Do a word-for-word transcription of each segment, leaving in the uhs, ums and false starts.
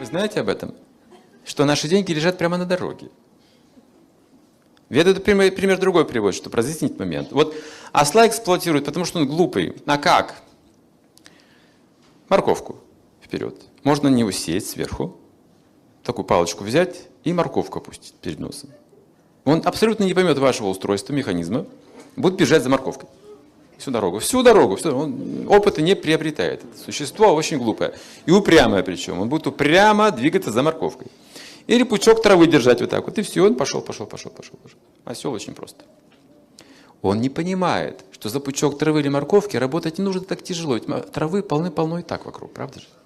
Вы знаете об этом? Что наши деньги лежат прямо на дороге. Веда пример, пример другой приводит, чтобы разъяснить момент. Вот осла эксплуатируют, потому что он глупый. А как? Морковку вперед. Можно на него сесть сверху, такую палочку взять и морковку опустить перед носом. Он абсолютно не поймет вашего устройства, механизма, будет бежать за морковкой. Всю дорогу, всю дорогу. Всю, он опыта не приобретает. Это существо очень глупое. И упрямое причем. Он будет упрямо двигаться за морковкой. Или пучок травы держать вот так вот. И все, он пошел, пошел, пошел, пошел. пошел. Осел очень просто. Он не понимает, что за пучок травы или морковки работать не нужно так тяжело. Ведь травы полны-полно и так вокруг, правда же?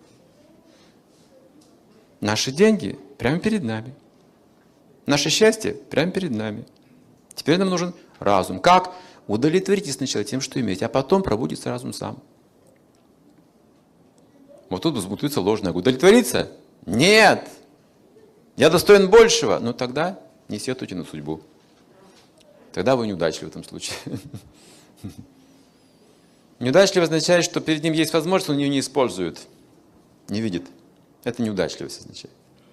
Наши деньги прямо перед нами. Наше счастье прямо перед нами. Теперь нам нужен разум. Как? Удовлетворитесь сначала тем, что имеете, а потом пробудится разум сам. Вот тут взбутывается ложное. Удовлетвориться? Нет! Я достоин большего. Но тогда не сетуйте на судьбу. Тогда вы неудачливы в этом случае. Неудачливый означает, что перед ним есть возможность, он ее не использует. Не видит. Это неудачливость означает.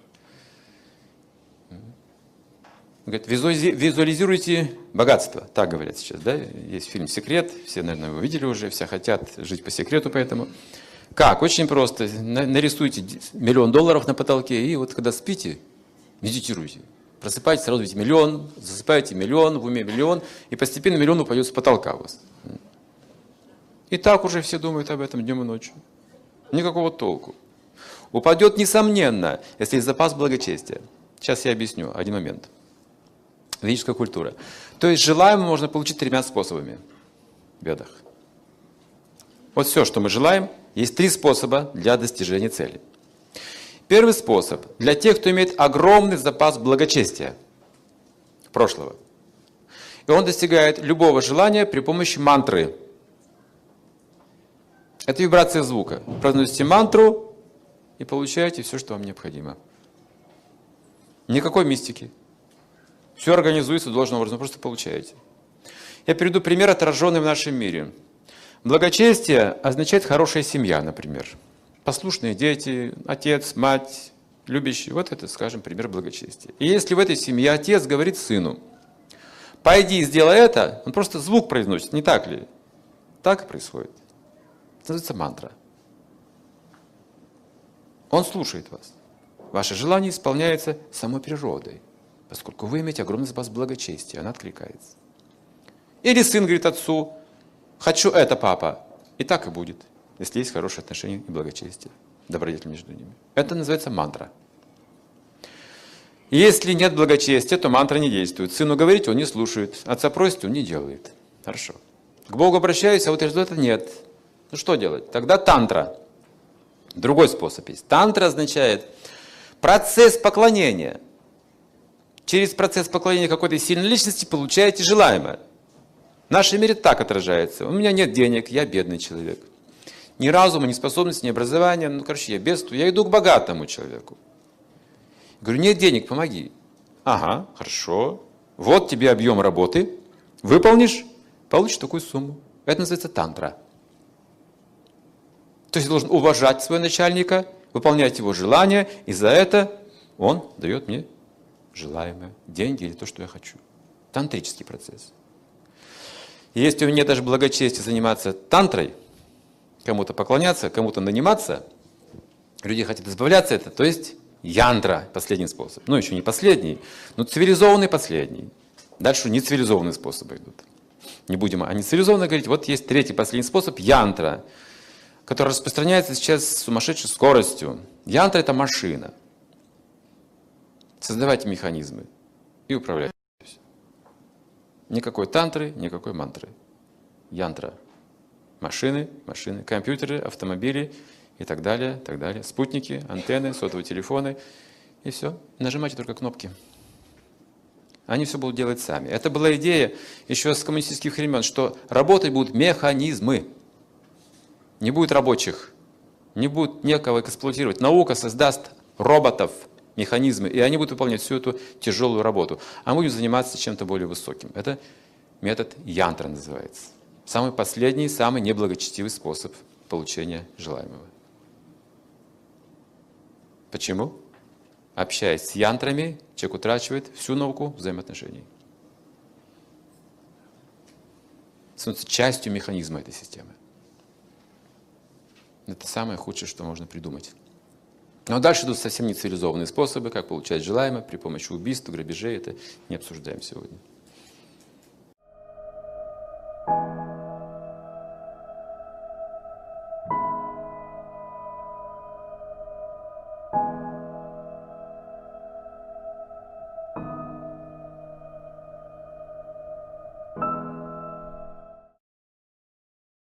Говорит, визуализируйте богатство. Так говорят сейчас, да? Есть фильм «Секрет». Все, наверное, его видели уже. Все хотят жить по секрету, поэтому. Как? Очень просто. Нарисуйте миллион долларов на потолке, и вот когда спите, медитируйте. Просыпайтесь, сразу видите миллион, засыпаете миллион, в уме миллион, и постепенно миллион упадет с потолка у вас. И так уже все думают об этом днем и ночью. Никакого толку. Упадет, несомненно, если есть запас благочестия. Сейчас я объясню один момент. Ведическая культура. То есть желаемое можно получить тремя способами в ведах. Вот все, что мы желаем, есть три способа для достижения цели. Первый способ для тех, кто имеет огромный запас благочестия прошлого. И он достигает любого желания при помощи мантры. Это вибрация звука. Произносите мантру и получаете все, что вам необходимо. Никакой мистики. Все организуется должным образом, просто получаете. Я приведу пример, отраженный в нашем мире. Благочестие означает хорошая семья, например. Послушные дети, отец, мать, любящие. Вот это, скажем, пример благочестия. И если в этой семье отец говорит сыну: пойди и сделай это, он просто звук произносит, не так ли? Так и происходит. Это называется мантра. Он слушает вас. Ваше желание исполняется самой природой, поскольку вы имеете огромный запас благочестия, она откликается. Или сын говорит отцу: хочу это, папа. И так и будет, если есть хорошие отношения и благочестие, добродетель между ними. Это называется мантра. Если нет благочестия, то мантра не действует. Сыну говорить, он не слушает. Отца просит, он не делает. Хорошо. К Богу обращаюсь, а вот результата нет. Ну что делать? Тогда тантра. Другой способ есть. Тантра означает процесс поклонения. Через процесс поклонения какой-то сильной личности получаете желаемое. В нашем мире так отражается. У меня нет денег, я бедный человек. Ни разума, ни способности, ни образования. Ну, короче, я бедствую. Я иду к богатому человеку. Говорю: нет денег, помоги. Ага, хорошо. Вот тебе объем работы. Выполнишь, получишь такую сумму. Это называется тантра. То есть я должен уважать своего начальника, выполнять его желания, и за это он дает мне желаемое, деньги или то, что я хочу. Тантрический процесс. И если у меня даже благочестие заниматься тантрой, кому-то поклоняться, кому-то наниматься, люди хотят избавляться от этого, то есть янтра, последний способ. Ну, еще не последний, но цивилизованный последний. Дальше нецивилизованные способы идут. Не будем о нецивилизованных говорить. Вот есть третий, последний способ, янтра, который распространяется сейчас с сумасшедшей скоростью. Янтра – это машина. Создавайте механизмы и управляйте. Никакой тантры, никакой мантры. Янтра. Машины, машины, компьютеры, автомобили и так далее, так далее. Спутники, антенны, сотовые телефоны. И все. Нажимайте только кнопки. Они все будут делать сами. Это была идея еще с коммунистических времен, что работать будут механизмы. Не будет рабочих, не будет некого эксплуатировать. Наука создаст роботов, механизмы, и они будут выполнять всю эту тяжелую работу. А мы будем заниматься чем-то более высоким. Это метод янтра называется. Самый последний, самый неблагочестивый способ получения желаемого. Почему? Общаясь с янтрами, человек утрачивает всю науку взаимоотношений. Становится частью механизма этой системы. Это самое худшее, что можно придумать. Но дальше идут совсем нецивилизованные способы, как получать желаемое при помощи убийств, грабежей. Это не обсуждаем сегодня.